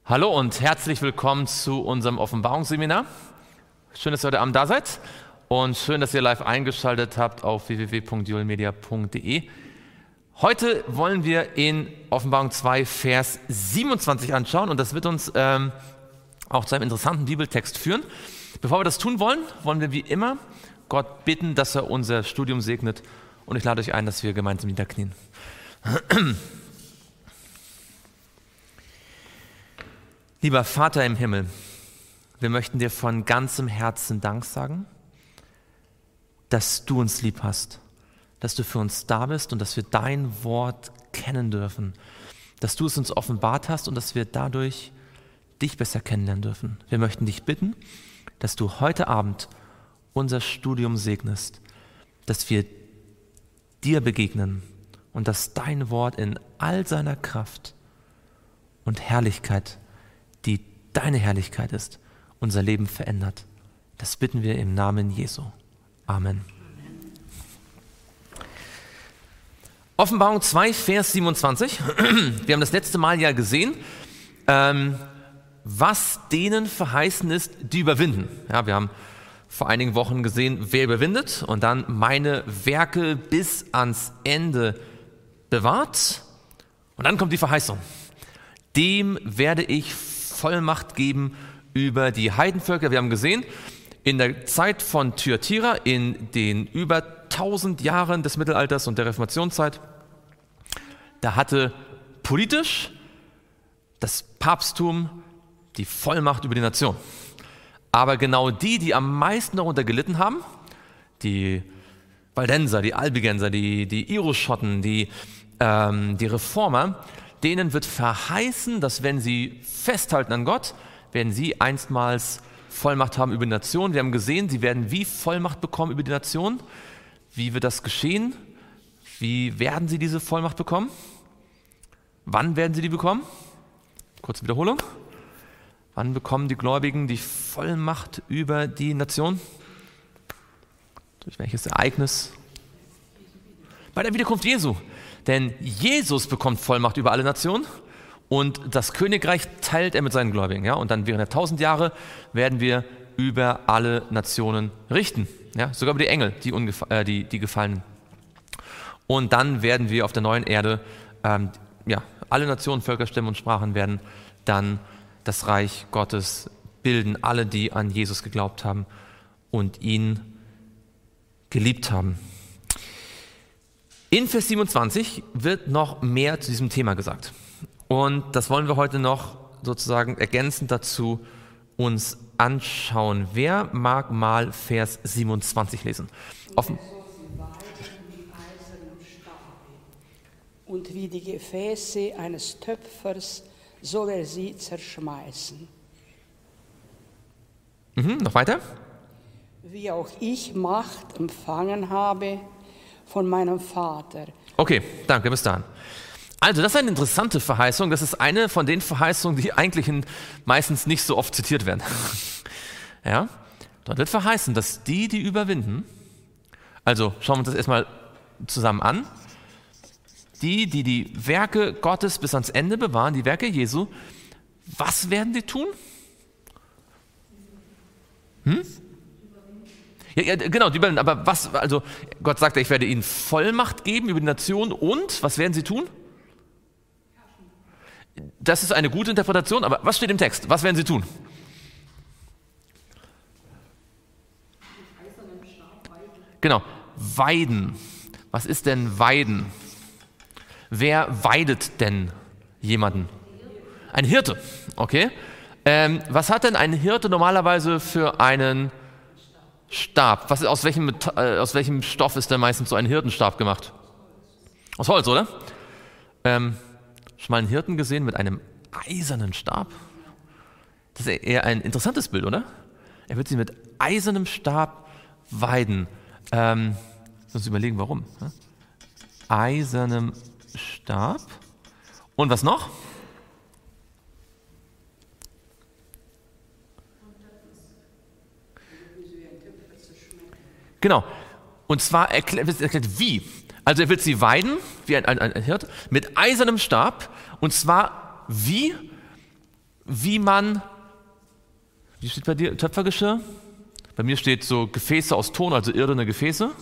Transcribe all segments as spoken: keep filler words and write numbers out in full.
Hallo und herzlich willkommen zu unserem Offenbarungsseminar. Schön, dass ihr heute Abend da seid und schön, dass ihr live eingeschaltet habt auf w w w punkt julmedia punkt d e. Heute wollen wir in Offenbarung zwei, Vers siebenundzwanzig anschauen und das wird uns ähm, auch zu einem interessanten Bibeltext führen. Bevor wir das tun wollen, wollen wir wie immer Gott bitten, dass er unser Studium segnet und ich lade euch ein, dass wir gemeinsam niederknien. Lieber Vater im Himmel, wir möchten dir von ganzem Herzen Dank sagen, dass du uns lieb hast, dass du für uns da bist und dass wir dein Wort kennen dürfen, dass du es uns offenbart hast und dass wir dadurch dich besser kennenlernen dürfen. Wir möchten dich bitten, dass du heute Abend unser Studium segnest, dass wir dir begegnen und dass dein Wort in all seiner Kraft und Herrlichkeit, die deine Herrlichkeit ist, unser Leben verändert. Das bitten wir im Namen Jesu. Amen. Offenbarung zwei, Vers siebenundzwanzig. Wir haben das letzte Mal ja gesehen, ähm, was denen verheißen ist, die überwinden. Ja, wir haben vor einigen Wochen gesehen, wer überwindet und dann meine Werke bis ans Ende bewahrt. Und dann kommt die Verheißung. Dem werde ich Vollmacht geben über die Heidenvölker. Wir haben gesehen, in der Zeit von Thyatira, in den über tausend Jahren des Mittelalters und der Reformationszeit, da hatte politisch das Papsttum die Vollmacht über die Nation. Aber genau die, die am meisten darunter gelitten haben, die Waldenser, die Albigenser, die, die Iroschotten, die, ähm, die Reformer, denen wird verheißen, dass wenn sie festhalten an Gott, werden sie einstmals Vollmacht haben über die Nation. Wir haben gesehen, sie werden wie Vollmacht bekommen über die Nation. Wie wird das geschehen? Wie werden sie diese Vollmacht bekommen? Wann werden sie die bekommen? Kurze Wiederholung. Wann bekommen die Gläubigen die Vollmacht über die Nation? Durch welches Ereignis? Bei der Wiederkunft Jesu. Denn Jesus bekommt Vollmacht über alle Nationen und das Königreich teilt er mit seinen Gläubigen. Ja? Und dann während der tausend Jahre werden wir über alle Nationen richten. Ja? Sogar über die Engel, die, Ungef- äh, die, die Gefallenen. Und dann werden wir auf der neuen Erde, ähm, ja, alle Nationen, Völker, Stämme und Sprachen werden dann das Reich Gottes bilden. Alle, die an Jesus geglaubt haben und ihn geliebt haben. In Vers siebenundzwanzig wird noch mehr zu diesem Thema gesagt. Und das wollen wir heute noch sozusagen ergänzend dazu uns anschauen. Wer mag mal Vers siebenundzwanzig lesen? Offen. Und wie die Gefäße eines Töpfers soll er sie zerschmeißen. Mhm, noch weiter? Wie auch ich Macht empfangen habe von meinem Vater. Okay, danke, bis dahin. Also das ist eine interessante Verheißung. Das ist eine von den Verheißungen, die eigentlich in, meistens nicht so oft zitiert werden. Ja, dort wird verheißen, dass die, die überwinden, also schauen wir uns das erstmal zusammen an, die, die die Werke Gottes bis ans Ende bewahren, die Werke Jesu, was werden die tun? Hm? Ja, ja, genau, die überwinden. Aber was, also Gott sagt, ich werde ihnen Vollmacht geben über die Nation und, was werden sie tun? Das ist eine gute Interpretation, aber was steht im Text? Was werden sie tun? Genau, weiden. Was ist denn weiden? Wer weidet denn jemanden? Ein Hirte, okay. Ähm, was hat denn ein Hirte normalerweise für einen Stab? Was, aus, welchem, äh, aus welchem Stoff ist denn meistens so ein Hirtenstab gemacht? Aus Holz, oder? Ähm, schon mal einen Hirten gesehen mit einem eisernen Stab? Das ist eher ein interessantes Bild, oder? Er wird sie mit eisernem Stab weiden. Ähm, lass uns überlegen, warum. Ja? Eisernem Stab. Und was noch? Genau. Und zwar erklärt, erklärt wie. Also er wird sie weiden, wie ein, ein, ein Hirt, mit eisernem Stab. Und zwar wie? wie man, wie steht bei dir, Töpfergeschirr? Bei mir steht so Gefäße aus Ton, also irdene Gefäße.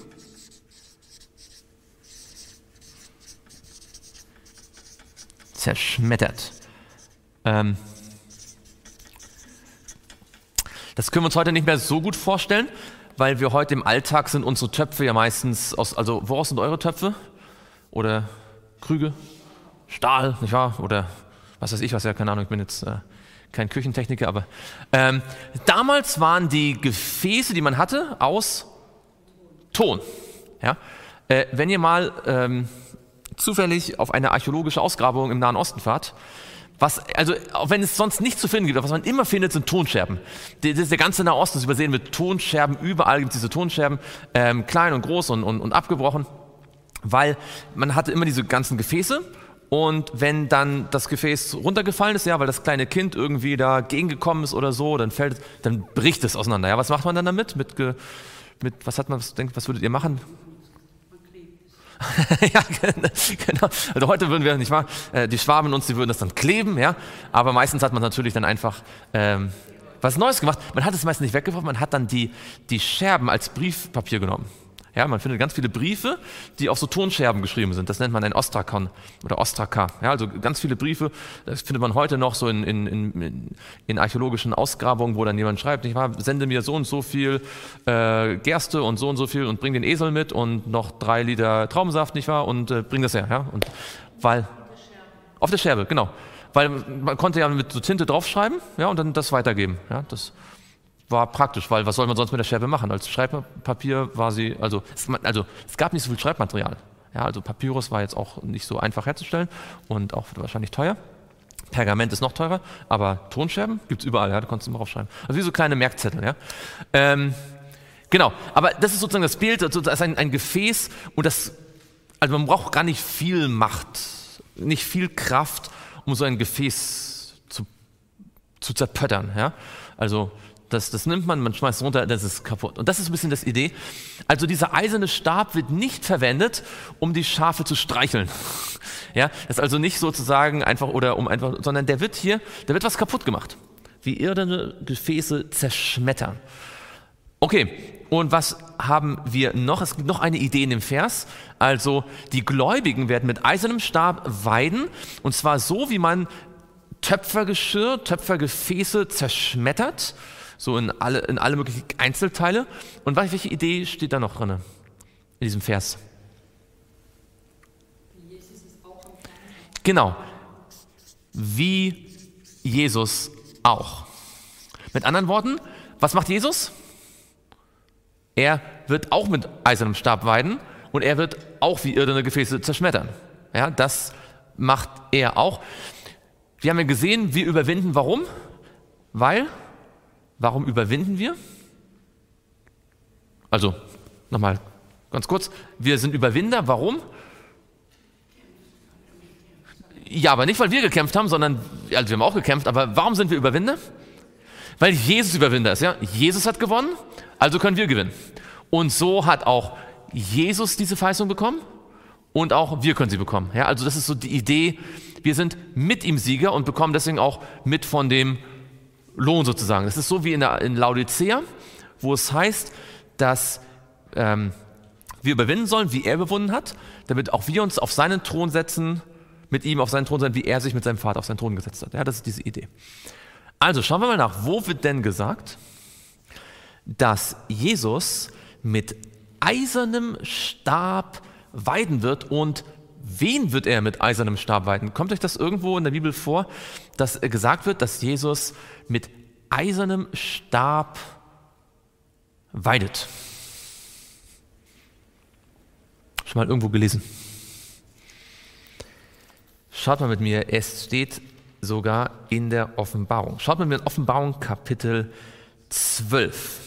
Zerschmettert. Ähm, das können wir uns heute nicht mehr so gut vorstellen, weil wir heute im Alltag sind unsere Töpfe ja meistens aus, also woraus sind eure Töpfe? Oder Krüge? Stahl, nicht wahr? Oder was weiß ich was, ja, keine Ahnung, ich bin jetzt äh, kein Küchentechniker, aber ähm, damals waren die Gefäße, die man hatte, aus Ton. Ja? Äh, wenn ihr mal ähm, zufällig auf eine archäologische Ausgrabung im Nahen Osten fahrt, was, also auch wenn es sonst nichts zu finden gibt, was man immer findet, sind Tonscherben. Der, der ganze Nahe Osten ist übersehen mit Tonscherben, überall gibt es diese Tonscherben, ähm, klein und groß und, und, und abgebrochen, weil man hatte immer diese ganzen Gefäße. Und wenn dann das Gefäß runtergefallen ist, ja, weil das kleine Kind irgendwie da gegengekommen ist oder so, dann fällt, dann bricht es auseinander. Ja, was macht man dann damit? Mit, mit was hat man, was denkt, was würdet ihr machen? Ja, genau. Also heute würden wir nicht wahr, die Schwaben in uns, die würden das dann kleben, ja. Aber meistens hat man natürlich dann einfach ähm, was Neues gemacht. Man hat es meistens nicht weggeworfen, man hat dann die die Scherben als Briefpapier genommen. Ja, man findet ganz viele Briefe, die auf so Tonscherben geschrieben sind. Das nennt man ein Ostrakon oder Ostraka. Ja, also ganz viele Briefe, das findet man heute noch so in, in, in, in archäologischen Ausgrabungen, wo dann jemand schreibt, nicht wahr, sende mir so und so viel äh, Gerste und so und so viel und bring den Esel mit und noch drei Liter Traubensaft, nicht wahr, und äh, bring das her. Ja? Und weil, auf der Scherbe, genau. Weil man konnte ja mit so Tinte draufschreiben, ja, und dann das weitergeben. Ja, das war praktisch, weil was soll man sonst mit der Scherbe machen? Als Schreibpapier war sie, also es, also es gab nicht so viel Schreibmaterial. Ja, also Papyrus war jetzt auch nicht so einfach herzustellen und auch wahrscheinlich teuer. Pergament ist noch teurer, aber Tonscherben gibt es überall, ja, da konntest du mal draufschreiben. Also wie so kleine Merkzettel, ja. Ähm, genau, aber das ist sozusagen das Bild, das ist ein, ein Gefäß und das, also man braucht gar nicht viel Macht, nicht viel Kraft, um so ein Gefäß zu, zu zerpöttern, ja. Also Das, das nimmt man, man schmeißt es runter, das ist kaputt. Und das ist ein bisschen das Idee. Also dieser eiserne Stab wird nicht verwendet, um die Schafe zu streicheln. Ja, das ist also nicht sozusagen einfach oder um einfach, sondern der wird hier, der wird was kaputt gemacht. Wie irdene Gefäße zerschmettern. Okay, und was haben wir noch? Es gibt noch eine Idee in dem Vers. Also die Gläubigen werden mit eisernem Stab weiden, und zwar so, wie man Töpfergeschirr, Töpfergefäße zerschmettert. So in alle, in alle möglichen Einzelteile. Und welche Idee steht da noch drin in diesem Vers? Wie Jesus es auch empfangen. Genau. Wie Jesus auch. Mit anderen Worten, was macht Jesus? Er wird auch mit eisernem Stab weiden und er wird auch wie irdene Gefäße zerschmettern. Ja, das macht er auch. Wir haben ja gesehen, wir überwinden. Warum? Weil Warum überwinden wir? Also, nochmal ganz kurz. Wir sind Überwinder. Warum? Ja, aber nicht, weil wir gekämpft haben, sondern, also wir haben auch gekämpft, aber warum sind wir Überwinder? Weil Jesus Überwinder ist, ja. Jesus hat gewonnen, also können wir gewinnen. Und so hat auch Jesus diese Verheißung bekommen und auch wir können sie bekommen. Ja, also das ist so die Idee, wir sind mit ihm Sieger und bekommen deswegen auch mit von dem Lohn sozusagen. Das ist so wie in, der, in Laodicea, wo es heißt, dass ähm, wir überwinden sollen, wie er überwunden hat, damit auch wir uns auf seinen Thron setzen, mit ihm auf seinen Thron sein, wie er sich mit seinem Vater auf seinen Thron gesetzt hat. Ja, das ist diese Idee. Also schauen wir mal nach, wo wird denn gesagt, dass Jesus mit eisernem Stab weiden wird und wen wird er mit eisernem Stab weiden? Kommt euch das irgendwo in der Bibel vor, dass gesagt wird, dass Jesus mit eisernem Stab weidet? Schon mal irgendwo gelesen? Schaut mal mit mir, es steht sogar in der Offenbarung. Schaut mal mit mir in Offenbarung Kapitel zwölf.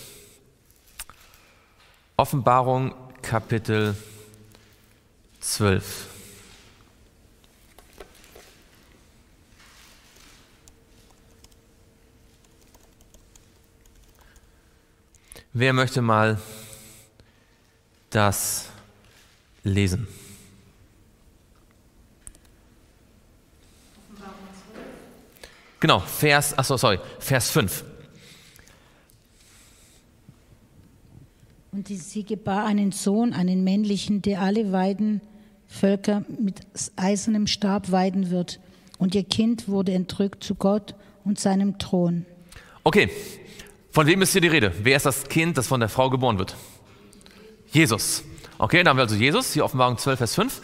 Offenbarung Kapitel zwölf. Wer möchte mal das lesen? Genau, Vers, achso, sorry, Vers fünf. Und die, sie gebar einen Sohn, einen männlichen, der alle Weiden Völker mit eisernem Stab weiden wird. Und ihr Kind wurde entrückt zu Gott und seinem Thron. Okay, von wem ist hier die Rede? Wer ist das Kind, das von der Frau geboren wird? Jesus. Okay, da haben wir also Jesus, hier Offenbarung zwölf, Vers fünf.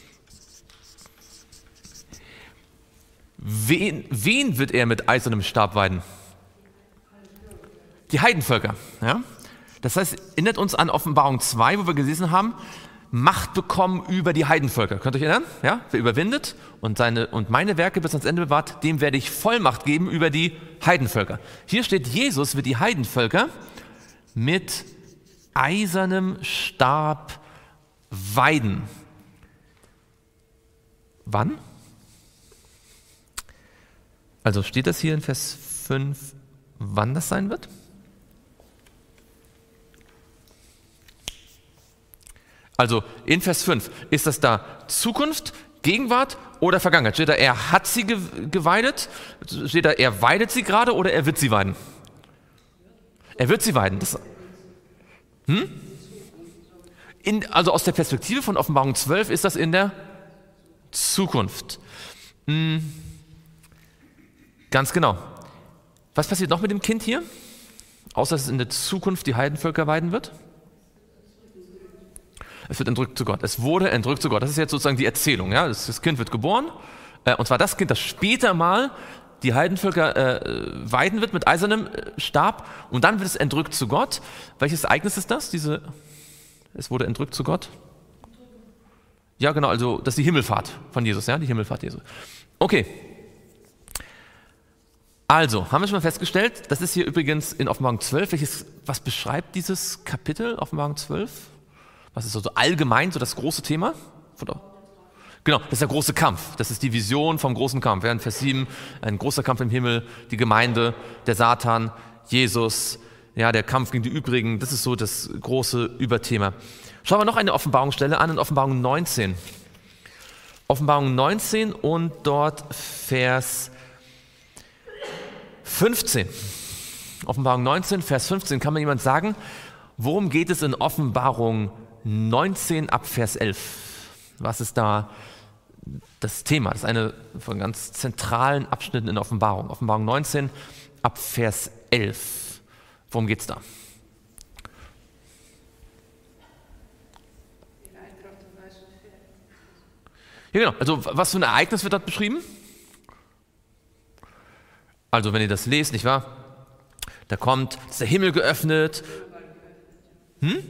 Wen, wen wird er mit eisernem Stab weiden? Die Heidenvölker. Ja? Das heißt, erinnert uns an Offenbarung zwei, wo wir gelesen haben, Macht bekommen über die Heidenvölker. Könnt ihr euch erinnern? Ja? Wer überwindet und, seine, und meine Werke bis ans Ende bewahrt, dem werde ich Vollmacht geben über die Heidenvölker. Hier steht, Jesus wird die Heidenvölker mit eisernem Stab weiden. Wann? Also steht das hier in Vers fünf, wann das sein wird? Also in Vers fünf, ist das da Zukunft, Gegenwart oder Vergangenheit? Steht da, er hat sie geweidet? Steht da, er weidet sie gerade oder er wird sie weiden? Er wird sie weiden. Das, hm? in, also aus der Perspektive von Offenbarung zwölf ist das in der Zukunft. Hm. Ganz genau. Was passiert noch mit dem Kind hier? Außer dass es in der Zukunft die Heidenvölker weiden wird? Es wird entrückt zu Gott. Es wurde entrückt zu Gott. Das ist jetzt sozusagen die Erzählung. Ja? Das, das Kind wird geboren. Äh, und zwar das Kind, das später mal die Heidenvölker äh, weiden wird mit eisernem äh, Stab. Und dann wird es entrückt zu Gott. Welches Ereignis ist das? Diese, es wurde entrückt zu Gott? Ja, genau. Also das ist die Himmelfahrt von Jesus. Ja? Die Himmelfahrt Jesu. Okay. Also, haben wir schon mal festgestellt, das ist hier übrigens in Offenbarung zwölf. Welches, was beschreibt dieses Kapitel, Offenbarung zwölf? Was ist so, so allgemein so das große Thema? Genau, das ist der große Kampf. Das ist die Vision vom großen Kampf. Ja, in Vers sieben, ein großer Kampf im Himmel, die Gemeinde, der Satan, Jesus, ja, der Kampf gegen die übrigen. Das ist so das große Überthema. Schauen wir noch eine Offenbarungsstelle an, in Offenbarung neunzehn. Offenbarung neunzehn und dort Vers fünfzehn. Offenbarung neunzehn, Vers fünfzehn. Kann mir jemand sagen, worum geht es in Offenbarung neunzehn ab Vers elf? Was ist da das Thema? Das ist eine von ganz zentralen Abschnitten in der Offenbarung. Offenbarung neunzehn ab Vers elf. Worum geht es da? Ja, genau. Also was für ein Ereignis wird dort beschrieben? Also wenn ihr das lest, nicht wahr? Da kommt, ist der Himmel geöffnet. Hm?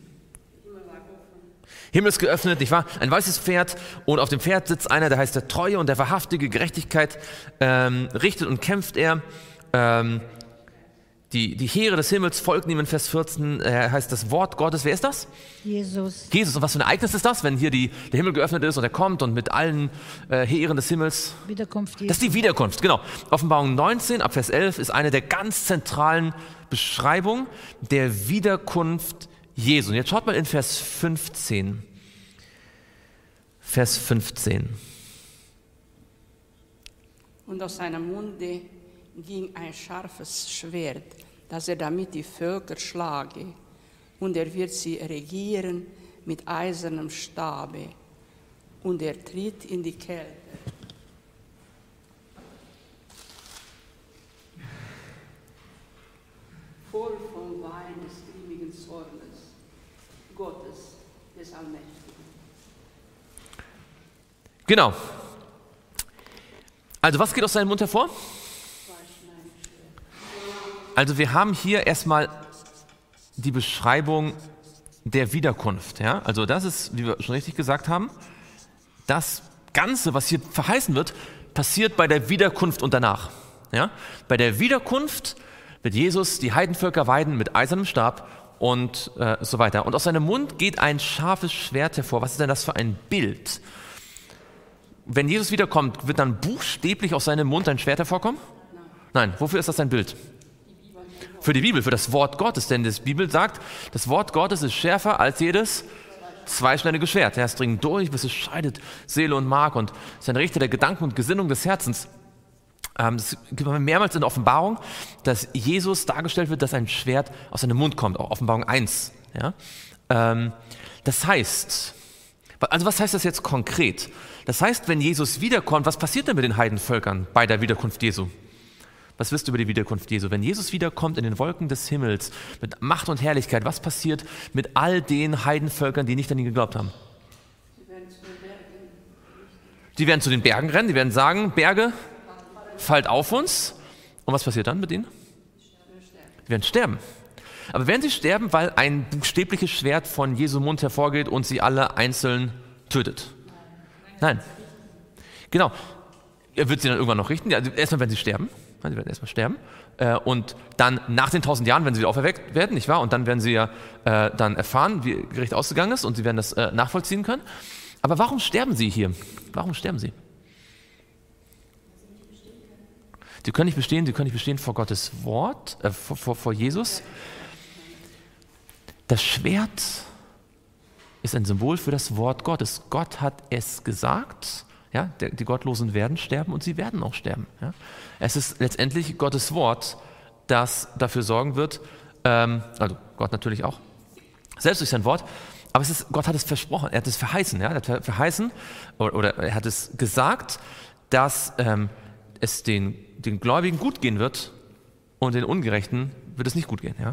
Himmel ist geöffnet, nicht wahr? Ein weißes Pferd und auf dem Pferd sitzt einer, der heißt der Treue und der wahrhaftige. Gerechtigkeit ähm, richtet und kämpft er. Ähm, die, die Heere des Himmels folgen ihm in Vers vierzehn, äh, heißt das Wort Gottes. Wer ist das? Jesus. Jesus. Und was für ein Ereignis ist das, wenn hier die, der Himmel geöffnet ist und er kommt und mit allen äh, Heeren des Himmels? Wiederkunft Jesu. Das ist die Wiederkunft, genau. Offenbarung neunzehn ab Vers elf ist eine der ganz zentralen Beschreibungen der Wiederkunft Jesu. Und jetzt schaut mal in Vers fünfzehn. Vers fünfzehn. Und aus seinem Munde ging ein scharfes Schwert, dass er damit die Völker schlage. Und er wird sie regieren mit eisernem Stabe. Und er tritt in die Kälte. Voll vom Wein des grimmigen Zornes, Gottes, des Allmächtigen. Genau. Also was geht aus seinem Mund hervor? Also wir haben hier erstmal die Beschreibung der Wiederkunft. Ja? Also das ist, wie wir schon richtig gesagt haben, das Ganze, was hier verheißen wird, passiert bei der Wiederkunft und danach. Ja? Bei der Wiederkunft wird Jesus die Heidenvölker weiden mit eisernem Stab und äh, so weiter. Und aus seinem Mund geht ein scharfes Schwert hervor. Was ist denn das für ein Bild? Wenn Jesus wiederkommt, wird dann buchstäblich aus seinem Mund ein Schwert hervorkommen? Nein. Wofür ist das ein Bild? Für die Bibel, für das Wort Gottes. Denn die Bibel sagt, das Wort Gottes ist schärfer als jedes zweischneidige Schwert. Es dringt durch, bis es scheidet Seele und Mark und ist ein Richter der Gedanken und Gesinnung des Herzens. Ähm, es gibt mehrmals in der Offenbarung, dass Jesus dargestellt wird, dass ein Schwert aus seinem Mund kommt, auch Offenbarung eins. Ja? Ähm, das heißt, also was heißt das jetzt konkret? Das heißt, wenn Jesus wiederkommt, was passiert denn mit den Heidenvölkern bei der Wiederkunft Jesu? Was wisst ihr über die Wiederkunft Jesu? Wenn Jesus wiederkommt in den Wolken des Himmels mit Macht und Herrlichkeit, was passiert mit all den Heidenvölkern, die nicht an ihn geglaubt haben? Sie werden zu den Bergen. Die werden zu den Bergen rennen, die werden sagen, Berge, fallt auf uns. Und was passiert dann mit ihnen? Die werden sterben. Aber werden sie sterben, weil ein buchstäbliches Schwert von Jesu Mund hervorgeht und sie alle einzeln tötet? Nein. Genau. Er wird sie dann irgendwann noch richten. Also erstmal werden sie sterben. Sie werden erstmal sterben. Und dann nach den tausend Jahren werden sie wieder auferweckt werden, nicht wahr? Und dann werden sie ja äh, dann erfahren, wie Gericht ausgegangen ist, und sie werden das äh, nachvollziehen können. Aber warum sterben sie hier? Warum sterben sie? Sie können nicht bestehen, sie können nicht bestehen vor Gottes Wort, äh, vor, vor, vor Jesus. Das Schwert ist ein Symbol für das Wort Gottes. Gott hat es gesagt. Ja, der, die Gottlosen werden sterben und sie werden auch sterben. Ja. Es ist letztendlich Gottes Wort, das dafür sorgen wird, ähm, also Gott natürlich auch, selbst durch sein Wort, aber es ist, Gott hat es versprochen, er hat es verheißen, ja, er hat verheißen oder, oder er hat es gesagt, dass ähm, es den, den Gläubigen gut gehen wird und den Ungerechten wird es nicht gut gehen. Ja.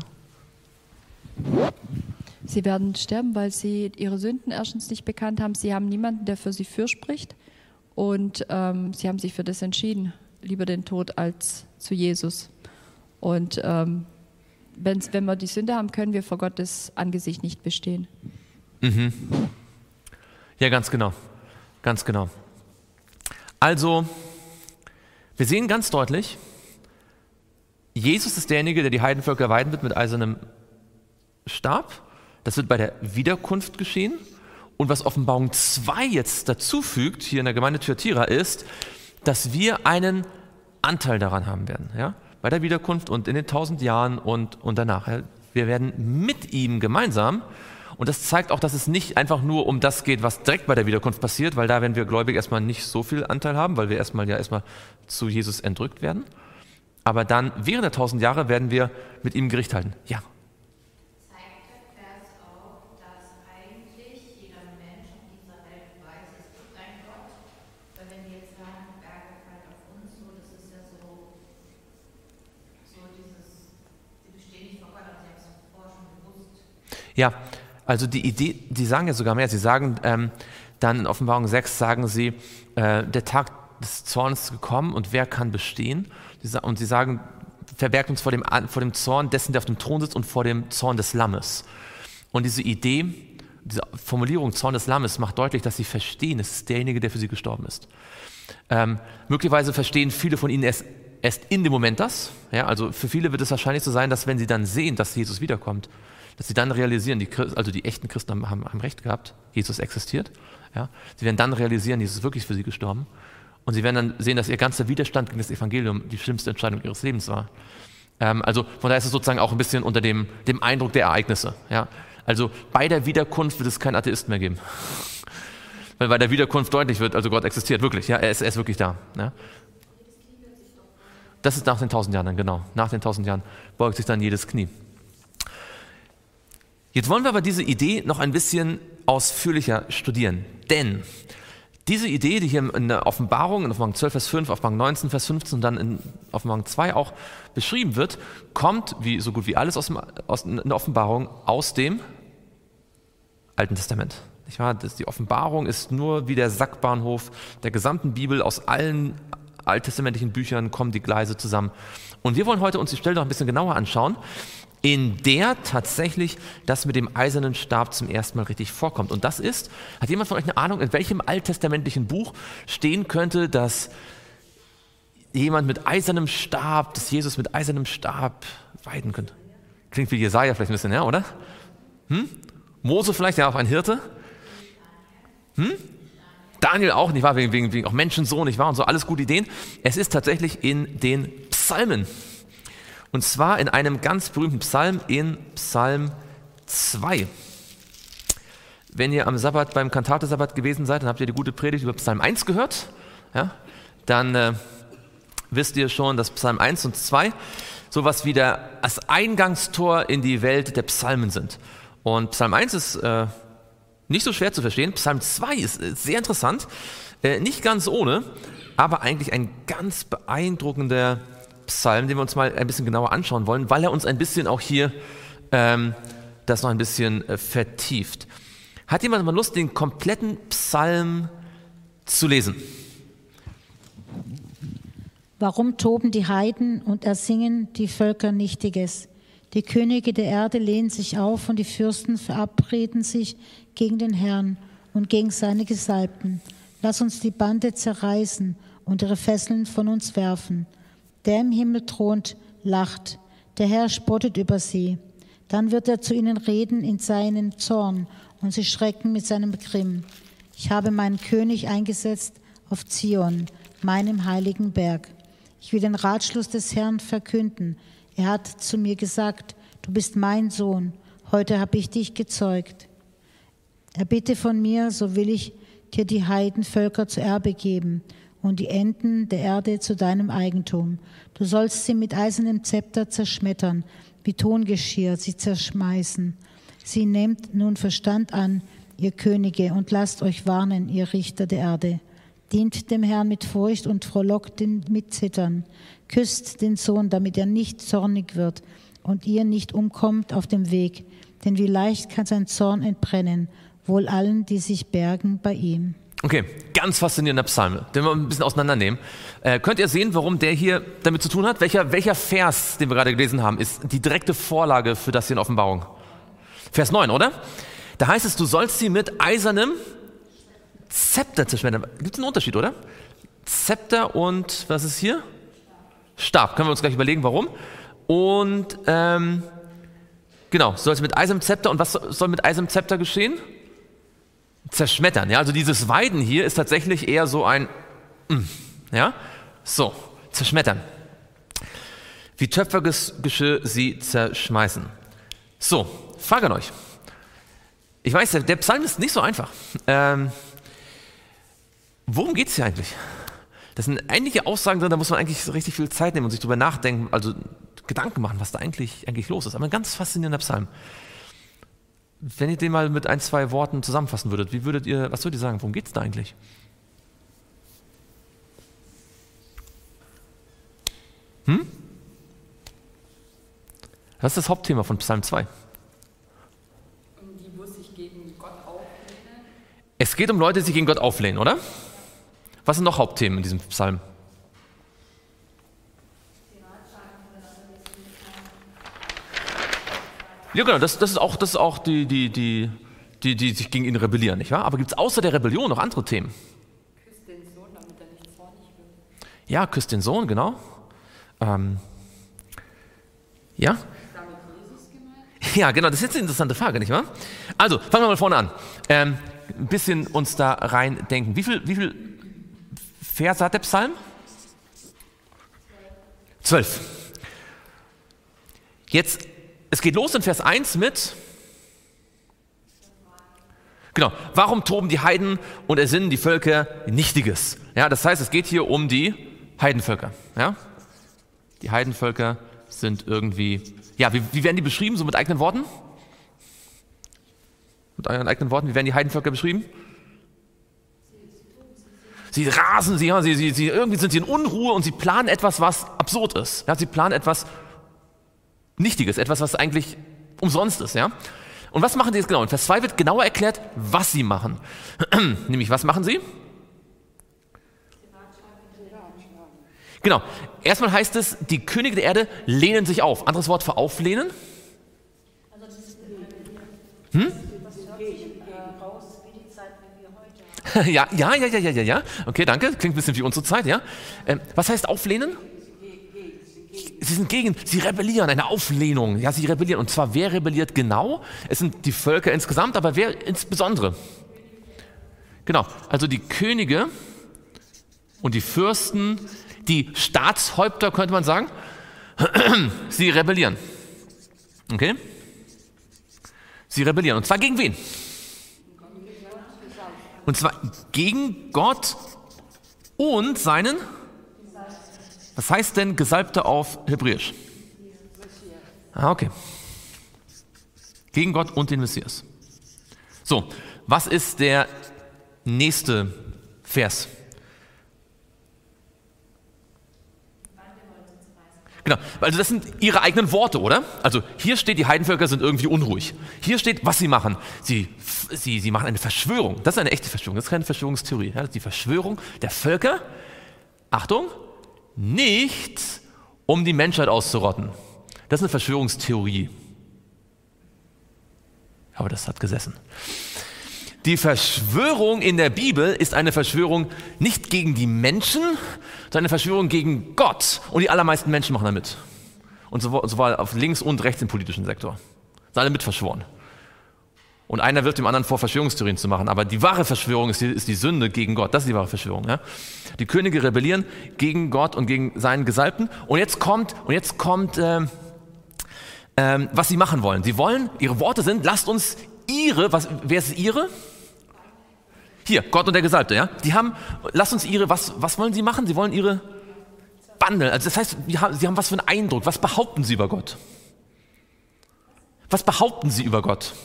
Sie werden sterben, weil sie ihre Sünden erstens nicht bekannt haben. Sie haben niemanden, der für sie fürspricht. Und ähm, sie haben sich für das entschieden, lieber den Tod als zu Jesus. Und ähm, wenn's, wenn wir die Sünde haben, können wir vor Gottes Angesicht nicht bestehen. Mhm. Ja, ganz genau. Ganz genau. Also, wir sehen ganz deutlich, Jesus ist derjenige, der die Heidenvölker weiden wird mit eisernem Stab. Das wird bei der Wiederkunft geschehen. Und was Offenbarung zwei jetzt dazu fügt, hier in der Gemeinde Thyatira, ist, dass wir einen Anteil daran haben werden. Ja? Bei der Wiederkunft und in den tausend Jahren und, und danach. Ja? Wir werden mit ihm gemeinsam, und das zeigt auch, dass es nicht einfach nur um das geht, was direkt bei der Wiederkunft passiert, weil da werden wir gläubig erstmal nicht so viel Anteil haben, weil wir erstmal ja erstmal zu Jesus entrückt werden. Aber dann während der tausend Jahre werden wir mit ihm Gericht halten. Ja. Ja, also die Idee, die sagen ja sogar mehr, sie sagen ähm, dann in Offenbarung sechs, sagen sie, äh, der Tag des Zorns ist gekommen und wer kann bestehen? Und sie sagen, verbergt uns vor dem, vor dem Zorn dessen, der auf dem Thron sitzt, und vor dem Zorn des Lammes. Und diese Idee, diese Formulierung Zorn des Lammes macht deutlich, dass sie verstehen, es ist derjenige, der für sie gestorben ist. Ähm, möglicherweise verstehen viele von ihnen erst, erst in dem Moment das. Ja, also für viele wird es wahrscheinlich so sein, dass wenn sie dann sehen, dass Jesus wiederkommt, dass sie dann realisieren, die, also die echten Christen haben, haben, haben recht gehabt, Jesus existiert. Ja. Sie werden dann realisieren, Jesus ist wirklich für sie gestorben. Und sie werden dann sehen, dass ihr ganzer Widerstand gegen das Evangelium die schlimmste Entscheidung ihres Lebens war. Ähm, also von daher ist es sozusagen auch ein bisschen unter dem, dem Eindruck der Ereignisse. Ja. Also bei der Wiederkunft wird es keinen Atheisten mehr geben. Weil bei der Wiederkunft deutlich wird, also Gott existiert wirklich, ja, er ist, er ist wirklich da. Ja. Das ist nach den tausend Jahren dann, genau. Nach den tausend Jahren beugt sich dann jedes Knie. Jetzt wollen wir aber diese Idee noch ein bisschen ausführlicher studieren, denn diese Idee, die hier in der Offenbarung, in Offenbarung zwölf, Vers fünf, Offenbarung neunzehn, Vers fünfzehn und dann in Offenbarung zwei auch beschrieben wird, kommt, wie so gut wie alles aus, dem, aus in der Offenbarung, aus dem Alten Testament. Nicht wahr? Das, die Offenbarung ist nur wie der Sackbahnhof der gesamten Bibel. Aus allen alttestamentlichen Büchern kommen die Gleise zusammen. Und wir wollen heute uns die Stelle noch ein bisschen genauer anschauen, in der tatsächlich das mit dem eisernen Stab zum ersten Mal richtig vorkommt. Und das ist, hat jemand von euch eine Ahnung, in welchem alttestamentlichen Buch stehen könnte, dass jemand mit eisernem Stab, dass Jesus mit eisernem Stab weiden könnte? Klingt wie Jesaja vielleicht ein bisschen, ja, oder? Hm? Mose vielleicht, ja, auch ein Hirte? Hm? Daniel auch, nicht wahr? Wegen, wegen, wegen auch Menschensohn, nicht wahr? Und so, alles gute Ideen. Es ist tatsächlich in den Psalmen. Und zwar in einem ganz berühmten Psalm, in Psalm zwei. Wenn ihr am Sabbat, beim Kantate-Sabbat gewesen seid, dann habt ihr die gute Predigt über Psalm eins gehört. Ja? Dann äh, wisst ihr schon, dass Psalm eins und zwei sowas wie der, das Eingangstor in die Welt der Psalmen sind. Und Psalm eins ist äh, nicht so schwer zu verstehen. Psalm zwei ist äh, sehr interessant, äh, nicht ganz ohne, aber eigentlich ein ganz beeindruckender Psalm, den wir uns mal ein bisschen genauer anschauen wollen, weil er uns ein bisschen auch hier ähm, das noch ein bisschen äh, vertieft. Hat jemand mal Lust, den kompletten Psalm zu lesen? Warum toben die Heiden und ersingen die Völker Nichtiges? Die Könige der Erde lehnen sich auf und die Fürsten verabreden sich gegen den Herrn und gegen seine Gesalbten. Lass uns die Bande zerreißen und ihre Fesseln von uns werfen. Der im Himmel thront, lacht. Der Herr spottet über sie. Dann wird er zu ihnen reden in seinen Zorn und sie schrecken mit seinem Grimm. Ich habe meinen König eingesetzt auf Zion, meinem heiligen Berg. Ich will den Ratschluss des Herrn verkünden. Er hat zu mir gesagt, du bist mein Sohn, heute habe ich dich gezeugt. Erbitte von mir, so will ich dir die Heidenvölker zu Erbe geben und die Enden der Erde zu deinem Eigentum. Du sollst sie mit eisernem Zepter zerschmettern, wie Tongeschirr sie zerschmeißen. Sie nehmt nun Verstand an, ihr Könige, und lasst euch warnen, ihr Richter der Erde. Dient dem Herrn mit Furcht und frohlockt ihn mit Zittern. Küsst den Sohn, damit er nicht zornig wird und ihr nicht umkommt auf dem Weg. Denn wie leicht kann sein Zorn entbrennen, wohl allen, die sich bergen bei ihm. Okay, ganz faszinierender Psalm, den wir ein bisschen auseinandernehmen. Äh, könnt ihr sehen, warum der hier damit zu tun hat? Welcher, welcher Vers, den wir gerade gelesen haben, ist die direkte Vorlage für das hier in Offenbarung? Vers neun, oder? Da heißt es, du sollst sie mit eisernem Zepter zerschmettern. Gibt es einen Unterschied, oder? Zepter und, was ist hier? Stab. Können wir uns gleich überlegen, warum. Und, ähm, genau, soll es mit eisernem Zepter, und was soll mit eisernem Zepter geschehen? Zerschmettern, ja, also dieses Weiden hier ist tatsächlich eher so ein, ja, so, zerschmettern. Wie Töpfergeschirr sie zerschmeißen. So, Frage an euch. Ich weiß, der Psalm ist nicht so einfach. Ähm, worum geht es hier eigentlich? Das sind einige Aussagen drin, da muss man eigentlich richtig viel Zeit nehmen und sich drüber nachdenken, also Gedanken machen, was da eigentlich, eigentlich los ist. Aber ein ganz faszinierender Psalm. Wenn ihr den mal mit ein, zwei Worten zusammenfassen würdet, wie würdet ihr, was würdet ihr sagen, worum geht es da eigentlich? Hm? Das ist das Hauptthema von Psalm zwei. Und die, wo sich gegen Gott auflehnen? Es geht um Leute, die sich gegen Gott auflehnen, oder? Was sind noch Hauptthemen in diesem Psalm? Ja, genau, das, das ist auch, das ist auch die, die, die, die, die sich gegen ihn rebellieren, nicht wahr? Aber gibt es außer der Rebellion noch andere Themen? Küsst den Sohn, damit er nicht zornig wird. Ja, küsst den Sohn, genau. Ähm, ja? Ist damit Jesus gemeint? Ja, genau, das ist jetzt eine interessante Frage, nicht wahr? Also, fangen wir mal vorne an. Ähm, ein bisschen uns da rein denken. Wie viel, wie viel Verse hat der Psalm? Zwölf. Jetzt, es geht los in Vers eins mit, genau, warum toben die Heiden und ersinnen die Völker Nichtiges? Ja, das heißt, es geht hier um die Heidenvölker. Ja? Die Heidenvölker sind irgendwie, ja, wie, wie werden die beschrieben, so mit eigenen Worten? Mit euren eigenen Worten, wie werden die Heidenvölker beschrieben? Sie rasen, sie, ja, sie, sie, sie, irgendwie sind sie in Unruhe und sie planen etwas, was absurd ist. Ja, sie planen etwas Nichtiges, etwas, was eigentlich umsonst ist. Ja? Und was machen sie jetzt genau? In Vers zwei wird genauer erklärt, was sie machen. Nämlich, was machen sie? Genau. Erstmal heißt es, die Könige der Erde lehnen sich auf. Anderes Wort für auflehnen? Hm? Ja, ja, ja, ja, ja, ja, ja. Okay, danke. Klingt ein bisschen wie unsere Zeit, ja. Ähm, was heißt auflehnen? Sie sind gegen, sie rebellieren, eine Auflehnung. Ja, sie rebellieren. Und zwar, wer rebelliert genau? Es sind die Völker insgesamt, aber wer insbesondere? Genau, also die Könige und die Fürsten, die Staatshäupter, könnte man sagen, sie rebellieren. Okay? Sie rebellieren. Und zwar gegen wen? Und zwar gegen Gott und seinen Was heißt denn Gesalbter auf Hebräisch? Ah, okay. Gegen Gott und den Messias. So, was ist der nächste Vers? Genau, also das sind ihre eigenen Worte, oder? Also hier steht, die Heidenvölker sind irgendwie unruhig. Hier steht, was sie machen. Sie, sie, sie machen eine Verschwörung. Das ist eine echte Verschwörung, das ist keine Verschwörungstheorie. Ja, das ist die Verschwörung der Völker, Achtung, nicht um die Menschheit auszurotten. Das ist eine Verschwörungstheorie. Aber das hat gesessen. Die Verschwörung in der Bibel ist eine Verschwörung nicht gegen die Menschen, sondern eine Verschwörung gegen Gott. Und die allermeisten Menschen machen damit. Und sowohl auf links und rechts im politischen Sektor. Sind alle mit verschworen. Und einer wirft dem anderen vor, Verschwörungstheorien zu machen. Aber die wahre Verschwörung ist die, ist die Sünde gegen Gott. Das ist die wahre Verschwörung. Ja? Die Könige rebellieren gegen Gott und gegen seinen Gesalbten. Und jetzt kommt, und jetzt kommt ähm, ähm, was sie machen wollen. Sie wollen, ihre Worte sind, lasst uns ihre, was, wer ist ihre? Hier, Gott und der Gesalbte, ja? Die haben, lasst uns ihre, was, was wollen sie machen? Sie wollen ihre Bande, also das heißt, sie haben, sie haben was für einen Eindruck. Was behaupten sie über Gott? Was behaupten sie über Gott?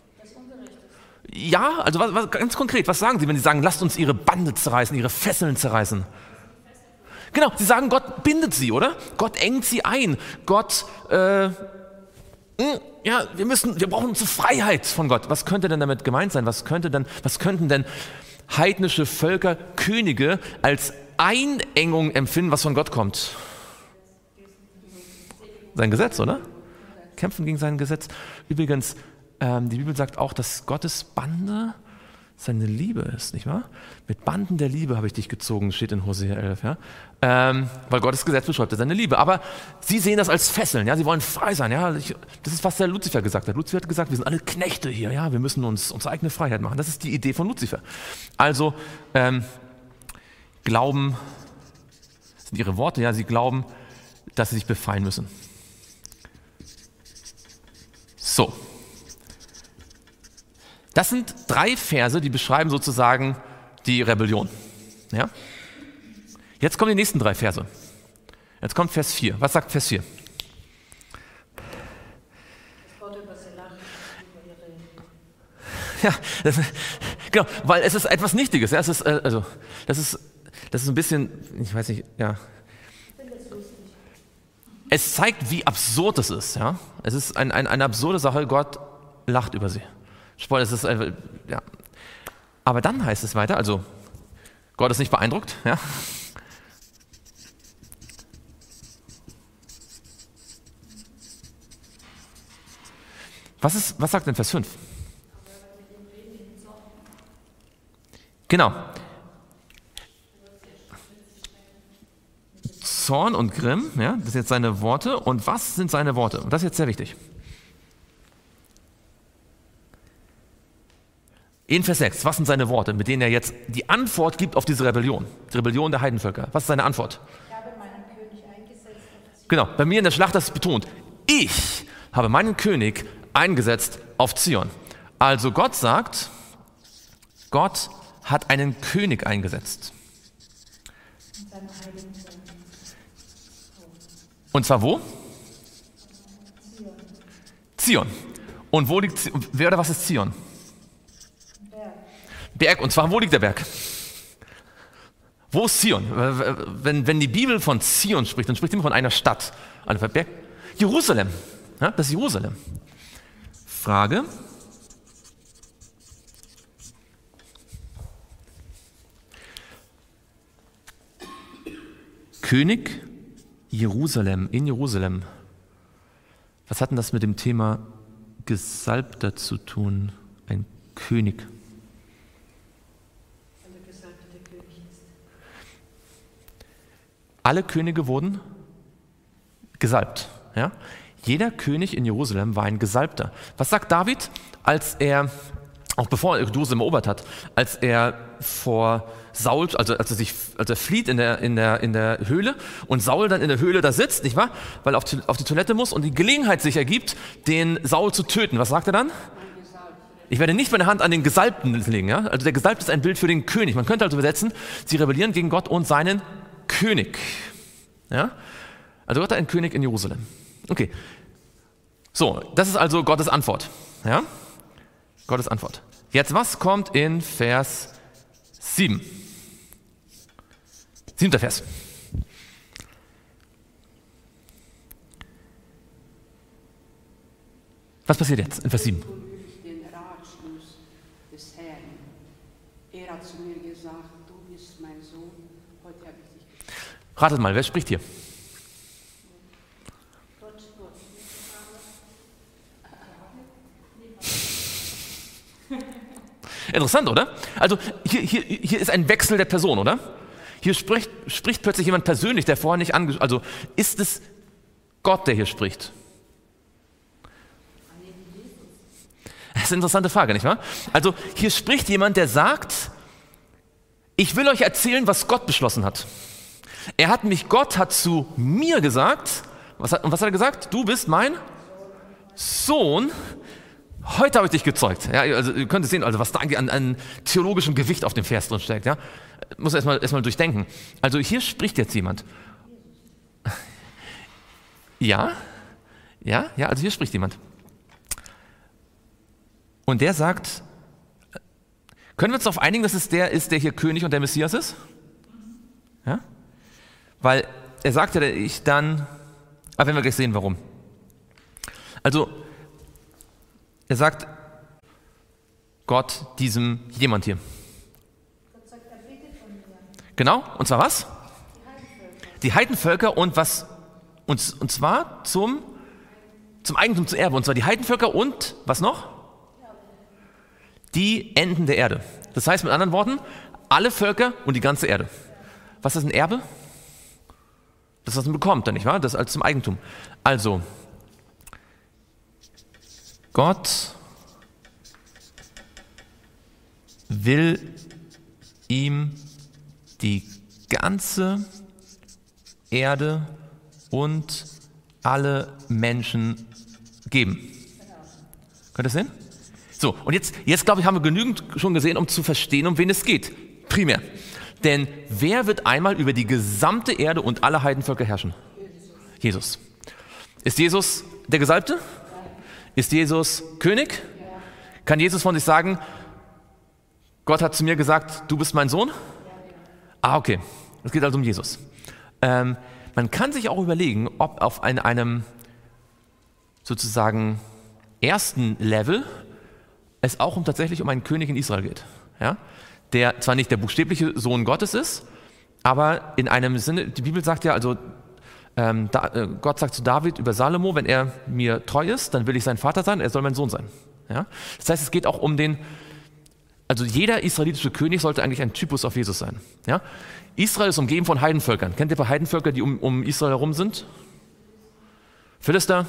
Ja, also was, was, ganz konkret, was sagen sie, wenn sie sagen, lasst uns ihre Bande zerreißen, ihre Fesseln zerreißen? Genau, sie sagen, Gott bindet sie, oder? Gott engt sie ein. Gott, äh, ja, wir müssen, wir brauchen zur Freiheit von Gott. Was könnte denn damit gemeint sein? Was könnte denn, was könnten denn heidnische Völker, Könige als Einengung empfinden, was von Gott kommt? Sein Gesetz, oder? Kämpfen gegen sein Gesetz. Übrigens, ähm, die Bibel sagt auch, dass Gottes Bande seine Liebe ist, nicht wahr? Mit Banden der Liebe habe ich dich gezogen, steht in Hosea elf, ja? Ähm, weil Gottes Gesetz beschreibt seine Liebe. Aber sie sehen das als Fesseln, ja? Sie wollen frei sein, ja? Ich, das ist, was der Luzifer gesagt hat. Luzifer hat gesagt, wir sind alle Knechte hier, ja? Wir müssen uns unsere eigene Freiheit machen. Das ist die Idee von Luzifer. Also, ähm, glauben, das sind ihre Worte, ja? Sie glauben, dass sie sich befreien müssen. So. Das sind drei Verse, die beschreiben sozusagen die Rebellion. Ja? Jetzt kommen die nächsten drei Verse. Jetzt kommt Vers vier. Was sagt Vers vier? Ja, das, genau, weil es ist etwas Nichtiges. Ja, es ist, äh, also, das ist, das ist ein bisschen, ich weiß nicht, ja. Es zeigt, wie absurd es ist. Ja? Es ist ein, ein, eine absurde Sache. Gott lacht über sie. Das ist einfach, ja. Aber dann heißt es weiter, also Gott ist nicht beeindruckt. Ja? Was, ist, was sagt denn Vers fünf? Genau. Zorn und Grimm, ja, das sind jetzt seine Worte. Und was sind seine Worte? Und das ist jetzt sehr wichtig. In Vers sechs, was sind seine Worte, mit denen er jetzt die Antwort gibt auf diese Rebellion, die Rebellion der Heidenvölker? Was ist seine Antwort? Ich habe meinen König eingesetzt. Genau, bei mir in der Schlacht, das ist betont. Ich habe meinen König eingesetzt auf Zion. Also Gott sagt, Gott hat einen König eingesetzt. Und zwar wo? Zion. Und wo liegt Zion? Wer oder was ist Zion? Berg, und zwar, wo liegt der Berg? Wo ist Zion? Wenn, wenn die Bibel von Zion spricht, dann spricht sie immer von einer Stadt. Also Berg, Jerusalem. Ja, das ist Jerusalem. Frage. König Jerusalem, in Jerusalem. Was hat denn das mit dem Thema Gesalbter zu tun? Ein König. Alle Könige wurden gesalbt. Ja? Jeder König in Jerusalem war ein Gesalbter. Was sagt David, als er, auch bevor er Jerusalem erobert hat, als er vor Saul, also als er sich, als er flieht in der, in der, in der Höhle und Saul dann in der Höhle da sitzt, nicht wahr? Weil er auf die, auf die Toilette muss und die Gelegenheit sich ergibt, den Saul zu töten. Was sagt er dann? Ich werde nicht meine Hand an den Gesalbten legen. Ja? Also der Gesalbte ist ein Bild für den König. Man könnte also übersetzen, sie rebellieren gegen Gott und seinen König. Ja? Also Gott hat einen König in Jerusalem. Okay. So, das ist also Gottes Antwort. Ja? Gottes Antwort. Jetzt, was kommt in Vers sieben? Siebter Vers. Was passiert jetzt in Vers sieben? Den Ratschluss des Herrn. Er hat zu mir gesagt, du bist mein Sohn, heute habe ich dich gesprochen. Ratet mal, wer spricht hier? Interessant, oder? Also hier, hier, hier ist ein Wechsel der Person, oder? Hier spricht, spricht plötzlich jemand persönlich, der vorher nicht angesprochen. Also ist es Gott, der hier spricht? Das ist eine interessante Frage, nicht wahr? Also hier spricht jemand, der sagt, ich will euch erzählen, was Gott beschlossen hat. Er hat mich, Gott hat zu mir gesagt, was hat, und was hat er gesagt? Du bist mein Sohn. Heute habe ich dich gezeugt. Ja, also ihr könnt es sehen, also was da eigentlich an, an theologischem Gewicht auf dem Vers drin steckt. Ja? Muss erstmal erstmal durchdenken. Also hier spricht jetzt jemand. Ja, ja, ja, also hier spricht jemand. Und der sagt, können wir uns darauf einigen, dass es der ist, der hier König und der Messias ist? Ja? Weil er sagt ja, ich dann, aber wenn wir gleich sehen, warum. Also, er sagt Gott diesem jemand hier. Gott sagt, er betet von mir. Genau, und zwar was? Die Heidenvölker. Die Heidenvölker und was? Und, und zwar zum, zum Eigentum, zum Erbe. Und zwar die Heidenvölker und was noch? Die Enden der Erde. Das heißt mit anderen Worten, alle Völker und die ganze Erde. Was ist ein Erbe? Das, was man bekommt, dann nicht wahr? Das als zum Eigentum. Also, Gott will ihm die ganze Erde und alle Menschen geben. Könnt ihr das sehen? So, und jetzt, jetzt glaube ich, haben wir genügend schon gesehen, um zu verstehen, um wen es geht. Primär. Denn wer wird einmal über die gesamte Erde und alle Heidenvölker herrschen? Jesus. Ist Jesus der Gesalbte? Ist Jesus König? Kann Jesus von sich sagen, Gott hat zu mir gesagt, du bist mein Sohn? Ah, okay. Es geht also um Jesus. Ähm, man kann sich auch überlegen, ob auf ein, einem sozusagen ersten Level es auch um, tatsächlich um einen König in Israel geht, ja? Der zwar nicht der buchstäbliche Sohn Gottes ist, aber in einem Sinne, die Bibel sagt ja, also ähm, da, äh, Gott sagt zu David über Salomo, wenn er mir treu ist, dann will ich sein Vater sein, er soll mein Sohn sein. Ja? Das heißt, es geht auch um den, also jeder israelitische König sollte eigentlich ein Typus auf Jesus sein. Ja? Israel ist umgeben von Heidenvölkern. Kennt ihr ein paar Heidenvölker, die um, um Israel herum sind? Philister?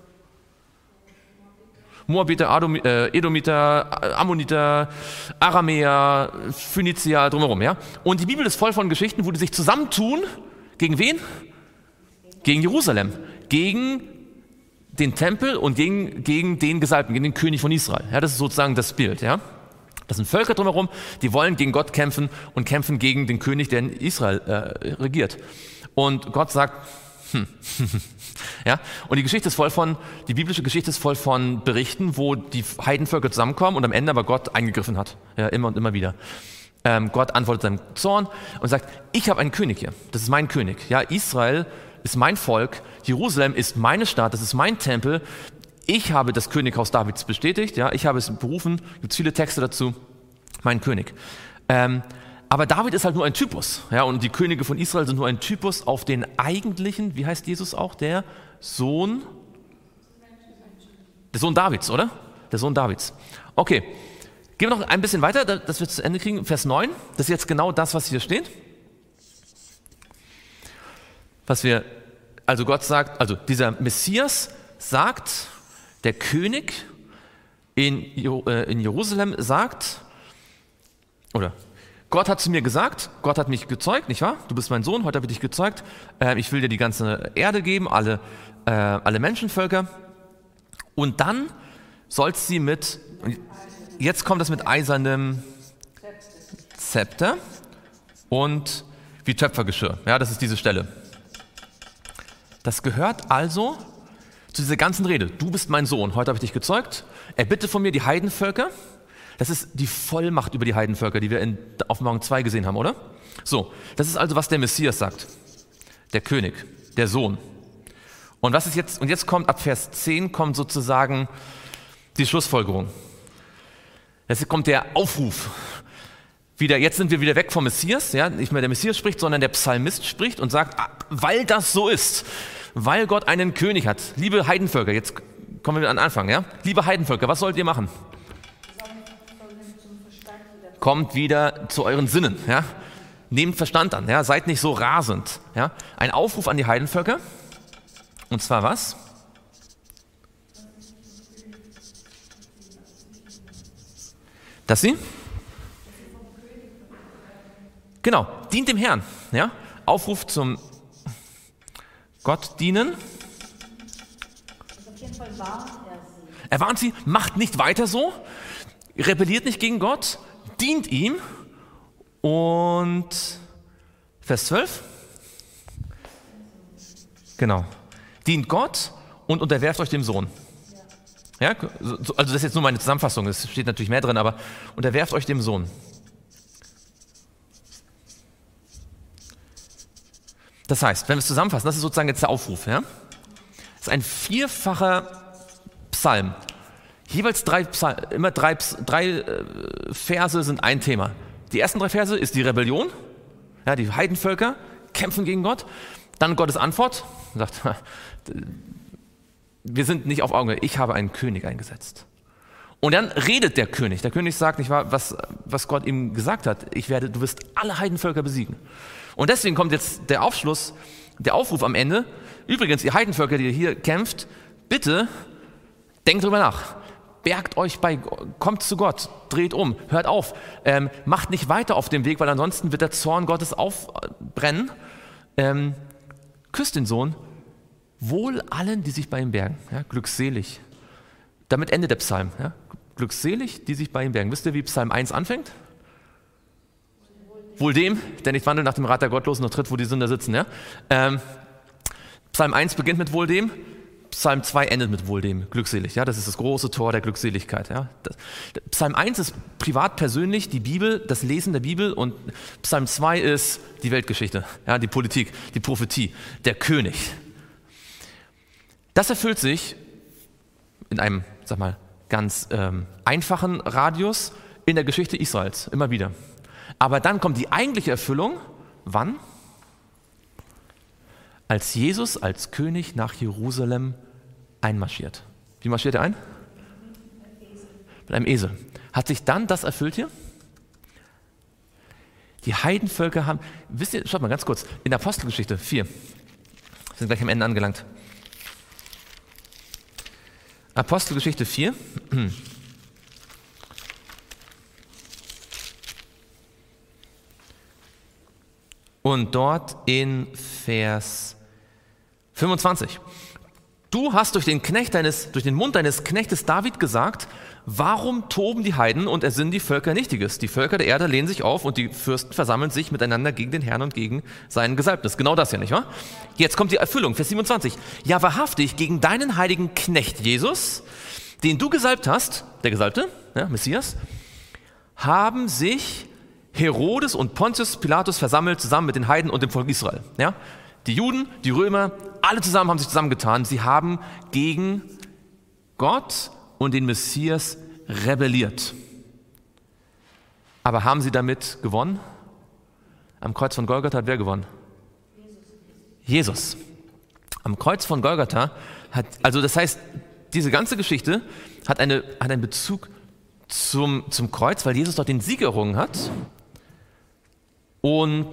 Moabiter, Adom, äh, Edomiter, Ammoniter, Aramäer, Phönizier, drumherum, ja. Und die Bibel ist voll von Geschichten, wo die sich zusammentun. Gegen wen? Gegen Jerusalem. Gegen den Tempel und gegen, gegen den Gesalbten, gegen den König von Israel. Ja, das ist sozusagen das Bild, ja. Das sind Völker drumherum, die wollen gegen Gott kämpfen und kämpfen gegen den König, der in Israel äh, regiert. Und Gott sagt, hm. Ja, und die Geschichte ist voll von, die biblische Geschichte ist voll von Berichten, wo die Heidenvölker zusammenkommen und am Ende aber Gott eingegriffen hat. Ja, immer und immer wieder. Ähm, Gott antwortet seinem Zorn und sagt, ich habe einen König hier. Das ist mein König. Ja, Israel ist mein Volk. Jerusalem ist meine Stadt. Das ist mein Tempel. Ich habe das Könighaus Davids bestätigt. Ja, ich habe es berufen. Gibt viele Texte dazu. Mein König. Ähm, Aber David ist halt nur ein Typus, ja, und die Könige von Israel sind nur ein Typus auf den eigentlichen, wie heißt Jesus auch, der Sohn, der Sohn Davids, oder? Der Sohn Davids. Okay, gehen wir noch ein bisschen weiter, dass wir zu Ende kriegen. Vers neun, das ist jetzt genau das, was hier steht. Was wir, also Gott sagt, also dieser Messias sagt, der König in, in Jerusalem sagt, oder Gott hat zu mir gesagt, Gott hat mich gezeugt, nicht wahr? Du bist mein Sohn, heute habe ich dich gezeugt. Äh, ich will dir die ganze Erde geben, alle, äh, alle Menschenvölker. Und dann sollst sie mit, jetzt kommt das mit eisernem Zepter und wie Töpfergeschirr. Ja, das ist diese Stelle. Das gehört also zu dieser ganzen Rede. Du bist mein Sohn, heute habe ich dich gezeugt. Erbitte von mir die Heidenvölker. Das ist die Vollmacht über die Heidenvölker, die wir in Offenbarung zwei gesehen haben, oder? So, das ist also, was der Messias sagt. Der König, der Sohn. Und was ist jetzt, und jetzt kommt ab Vers zehn kommt sozusagen die Schlussfolgerung. Jetzt kommt der Aufruf. Wieder, jetzt sind wir wieder weg vom Messias, ja, nicht mehr der Messias spricht, sondern der Psalmist spricht und sagt, ah, weil das so ist, weil Gott einen König hat, liebe Heidenvölker, jetzt kommen wir wieder an den Anfang, ja, liebe Heidenvölker, was sollt ihr machen? Kommt wieder zu euren Sinnen, ja, nehmt Verstand an, ja, seid nicht so rasend, ja, ein Aufruf an die Heidenvölker, und zwar was? Dass sie? Genau, dient dem Herrn. Ja? Aufruf zum Gott dienen. Er warnt sie, macht nicht weiter so, rebelliert nicht gegen Gott, dient ihm. Und Vers zwölf. Genau. Dient Gott und unterwerft euch dem Sohn. Ja, also das ist jetzt nur meine Zusammenfassung, es steht natürlich mehr drin, aber unterwerft euch dem Sohn. Das heißt, wenn wir es zusammenfassen, das ist sozusagen jetzt der Aufruf. Ja? Das ist ein vierfacher Psalm. Jeweils drei, Psalm, immer drei, drei äh, Verse sind ein Thema. Die ersten drei Verse ist die Rebellion. Ja, die Heidenvölker kämpfen gegen Gott. Dann Gottes Antwort. Er sagt, wir sind nicht auf Augenhöhe. Ich habe einen König eingesetzt. Und dann redet der König. Der König sagt nicht wahr, was, was Gott ihm gesagt hat. Ich werde, du wirst alle Heidenvölker besiegen. Und deswegen kommt jetzt der Aufschluss, der Aufruf am Ende. Übrigens, ihr Heidenvölker, die ihr hier kämpft, bitte denkt drüber nach. Bergt euch bei, kommt zu Gott, dreht um, hört auf, ähm, macht nicht weiter auf dem Weg, weil ansonsten wird der Zorn Gottes aufbrennen. Ähm, küsst den Sohn, wohl allen, die sich bei ihm bergen. Ja, glückselig. Damit endet der Psalm. Ja, glückselig, die sich bei ihm bergen. Wisst ihr, wie Psalm eins anfängt? Wohl dem, der nicht wandelt nach dem Rat der Gottlosen und tritt, wo die Sünder sitzen. Ja? Ähm, Psalm eins beginnt mit wohl dem, Psalm zwei endet mit wohl dem, glückselig. Ja? Das ist das große Tor der Glückseligkeit. Ja? Das, Psalm eins ist privat persönlich die Bibel, das Lesen der Bibel, und Psalm zwei ist die Weltgeschichte, ja? Die Politik, die Prophetie, der König. Das erfüllt sich in einem, sag mal, ganz ähm, einfachen Radius in der Geschichte Israels, immer wieder. Aber dann kommt die eigentliche Erfüllung, wann? Als Jesus als König nach Jerusalem einmarschiert. Wie marschiert er ein? Mit einem Esel. Hat sich dann das erfüllt hier? Die Heidenvölker haben, wisst ihr, schaut mal ganz kurz, in der Apostelgeschichte vier, wir sind gleich am Ende angelangt. Apostelgeschichte vier. Und dort in Vers fünfundzwanzig. Du hast durch den, Knecht deines, durch den Mund deines Knechtes David gesagt, warum toben die Heiden und ersinnen die Völker Nichtiges? Die Völker der Erde lehnen sich auf und die Fürsten versammeln sich miteinander gegen den Herrn und gegen seinen Gesalbten. Genau das hier, nicht wahr? Jetzt kommt die Erfüllung, Vers siebenundzwanzig. Ja, wahrhaftig, gegen deinen heiligen Knecht Jesus, den du gesalbt hast, der Gesalbte, ja, Messias, haben sich Herodes und Pontius Pilatus versammelt, zusammen mit den Heiden und dem Volk Israel. Ja? Die Juden, die Römer, alle zusammen haben sich zusammengetan. Sie haben gegen Gott und den Messias rebelliert. Aber haben sie damit gewonnen? Am Kreuz von Golgatha hat wer gewonnen? Jesus. Jesus. Am Kreuz von Golgatha hat, also das heißt, diese ganze Geschichte hat, eine, hat einen Bezug zum, zum Kreuz, weil Jesus dort den Sieg errungen hat. Und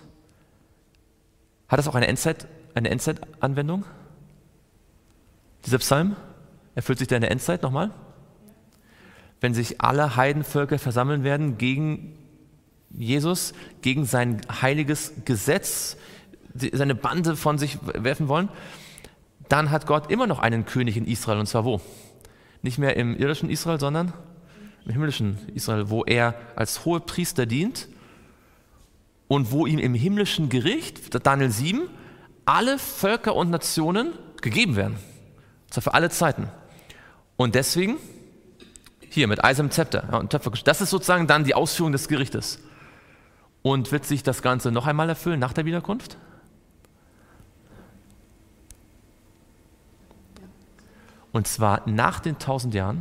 hat das auch eine Endzeit, eine Endzeit-Anwendung? Dieser Psalm? Erfüllt sich der in der Endzeit nochmal? Wenn sich alle Heidenvölker versammeln werden gegen Jesus, gegen sein heiliges Gesetz, seine Bande von sich werfen wollen, dann hat Gott immer noch einen König in Israel. Und zwar wo? Nicht mehr im irdischen Israel, sondern im himmlischen Israel, wo er als Hohepriester dient. Und wo ihm im himmlischen Gericht, Daniel sieben, alle Völker und Nationen gegeben werden. Und zwar für alle Zeiten. Und deswegen, hier mit eisernem Zepter, ja, und Töpfer, das ist sozusagen dann die Ausführung des Gerichtes. Und wird sich das Ganze noch einmal erfüllen nach der Wiederkunft? Und zwar nach den tausend Jahren,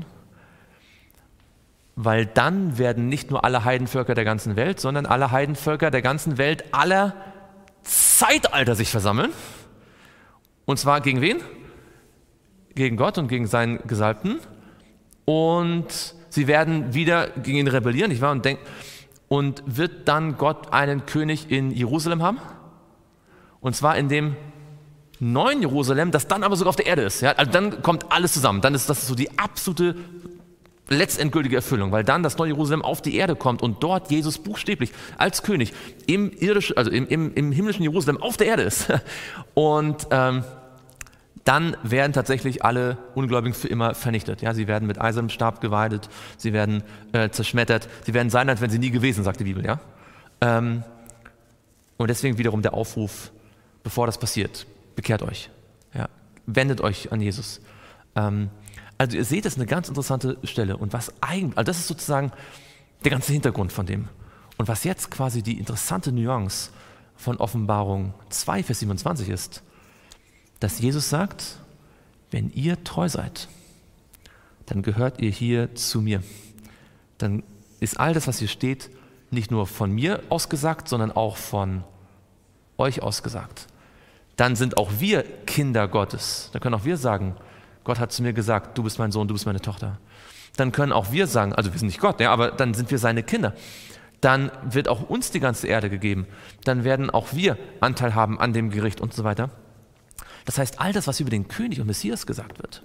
weil dann werden nicht nur alle Heidenvölker der ganzen Welt, sondern alle Heidenvölker der ganzen Welt aller Zeitalter sich versammeln. Und zwar gegen wen? Gegen Gott und gegen seinen Gesalbten. Und sie werden wieder gegen ihn rebellieren, nicht wahr? Und, denk, und wird dann Gott einen König in Jerusalem haben? Und zwar in dem neuen Jerusalem, das dann aber sogar auf der Erde ist. Ja? Also dann kommt alles zusammen. Dann ist das so die absolute letztendgültige Erfüllung, weil dann das neue Jerusalem auf die Erde kommt und dort Jesus buchstäblich als König im irdischen, also im, im, im himmlischen Jerusalem auf der Erde ist. Und ähm, dann werden tatsächlich alle Ungläubigen für immer vernichtet. Ja, sie werden mit eisernem Stab geweidet, sie werden äh, zerschmettert, sie werden sein, als wenn sie nie gewesen, sagt die Bibel. Ja? Ähm, und deswegen wiederum der Aufruf, bevor das passiert, bekehrt euch, ja? Wendet euch an Jesus. Ähm, also ihr seht, das ist eine ganz interessante Stelle. Und was eigentlich, also das ist sozusagen der ganze Hintergrund von dem. Und was jetzt quasi die interessante Nuance von Offenbarung zwei, Vers siebenundzwanzig ist, dass Jesus sagt, wenn ihr treu seid, dann gehört ihr hier zu mir. Dann ist all das, was hier steht, nicht nur von mir ausgesagt, sondern auch von euch ausgesagt. Dann sind auch wir Kinder Gottes. Dann können auch wir sagen, Gott hat zu mir gesagt, du bist mein Sohn, du bist meine Tochter. Dann können auch wir sagen, also wir sind nicht Gott, ja, aber dann sind wir seine Kinder. Dann wird auch uns die ganze Erde gegeben. Dann werden auch wir Anteil haben an dem Gericht und so weiter. Das heißt, all das, was über den König und Messias gesagt wird,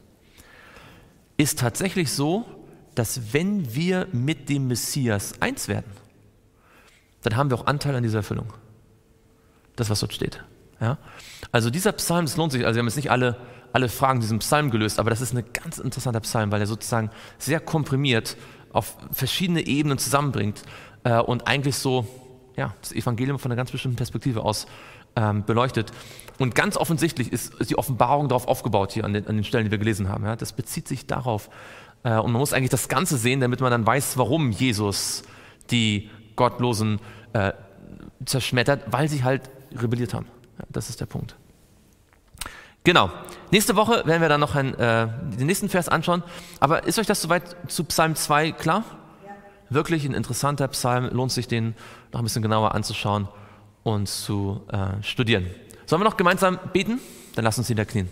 ist tatsächlich so, dass wenn wir mit dem Messias eins werden, dann haben wir auch Anteil an dieser Erfüllung. Das, was dort steht. Ja? Also dieser Psalm, das lohnt sich, also wir haben jetzt nicht alle, alle Fragen in diesem Psalm gelöst, aber das ist ein ganz interessanter Psalm, weil er sozusagen sehr komprimiert auf verschiedene Ebenen zusammenbringt äh, und eigentlich so ja, das Evangelium von einer ganz bestimmten Perspektive aus ähm, beleuchtet. Und ganz offensichtlich ist, ist die Offenbarung darauf aufgebaut hier an den, an den Stellen, die wir gelesen haben. Ja? Das bezieht sich darauf. Äh, und man muss eigentlich das Ganze sehen, damit man dann weiß, warum Jesus die Gottlosen äh, zerschmettert, weil sie halt rebelliert haben. Ja, das ist der Punkt. Genau. Nächste Woche werden wir dann noch ein, äh, den nächsten Vers anschauen. Aber ist euch das soweit zu Psalm zwei klar? Ja. Wirklich ein interessanter Psalm. Lohnt sich, den noch ein bisschen genauer anzuschauen und zu äh, studieren. Sollen wir noch gemeinsam beten? Dann lasst uns wieder knien.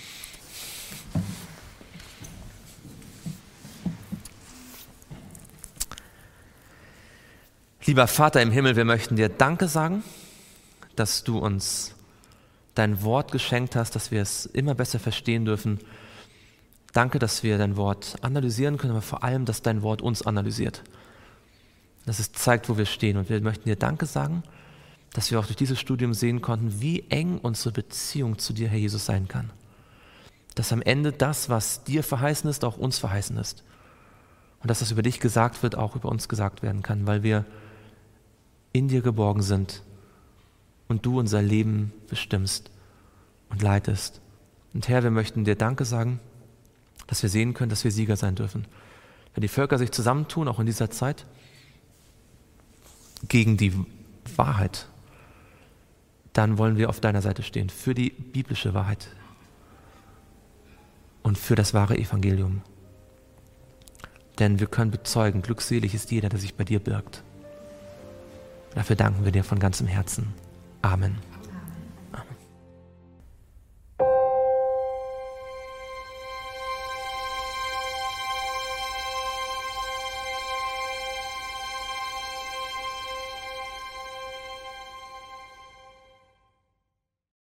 Lieber Vater im Himmel, wir möchten dir Danke sagen, dass du uns dein Wort geschenkt hast, dass wir es immer besser verstehen dürfen. Danke, dass wir dein Wort analysieren können, aber vor allem, dass dein Wort uns analysiert. Dass es zeigt, wo wir stehen. Und wir möchten dir Danke sagen, dass wir auch durch dieses Studium sehen konnten, wie eng unsere Beziehung zu dir, Herr Jesus, sein kann. Dass am Ende das, was dir verheißen ist, auch uns verheißen ist. Und dass das über dich gesagt wird, auch über uns gesagt werden kann, weil wir in dir geborgen sind und du unser Leben bestimmst und leitest. Und Herr, wir möchten dir Danke sagen, dass wir sehen können, dass wir Sieger sein dürfen. Wenn die Völker sich zusammentun, auch in dieser Zeit, gegen die Wahrheit, dann wollen wir auf deiner Seite stehen, für die biblische Wahrheit und für das wahre Evangelium. Denn wir können bezeugen, glückselig ist jeder, der sich bei dir birgt. Dafür danken wir dir von ganzem Herzen. Amen.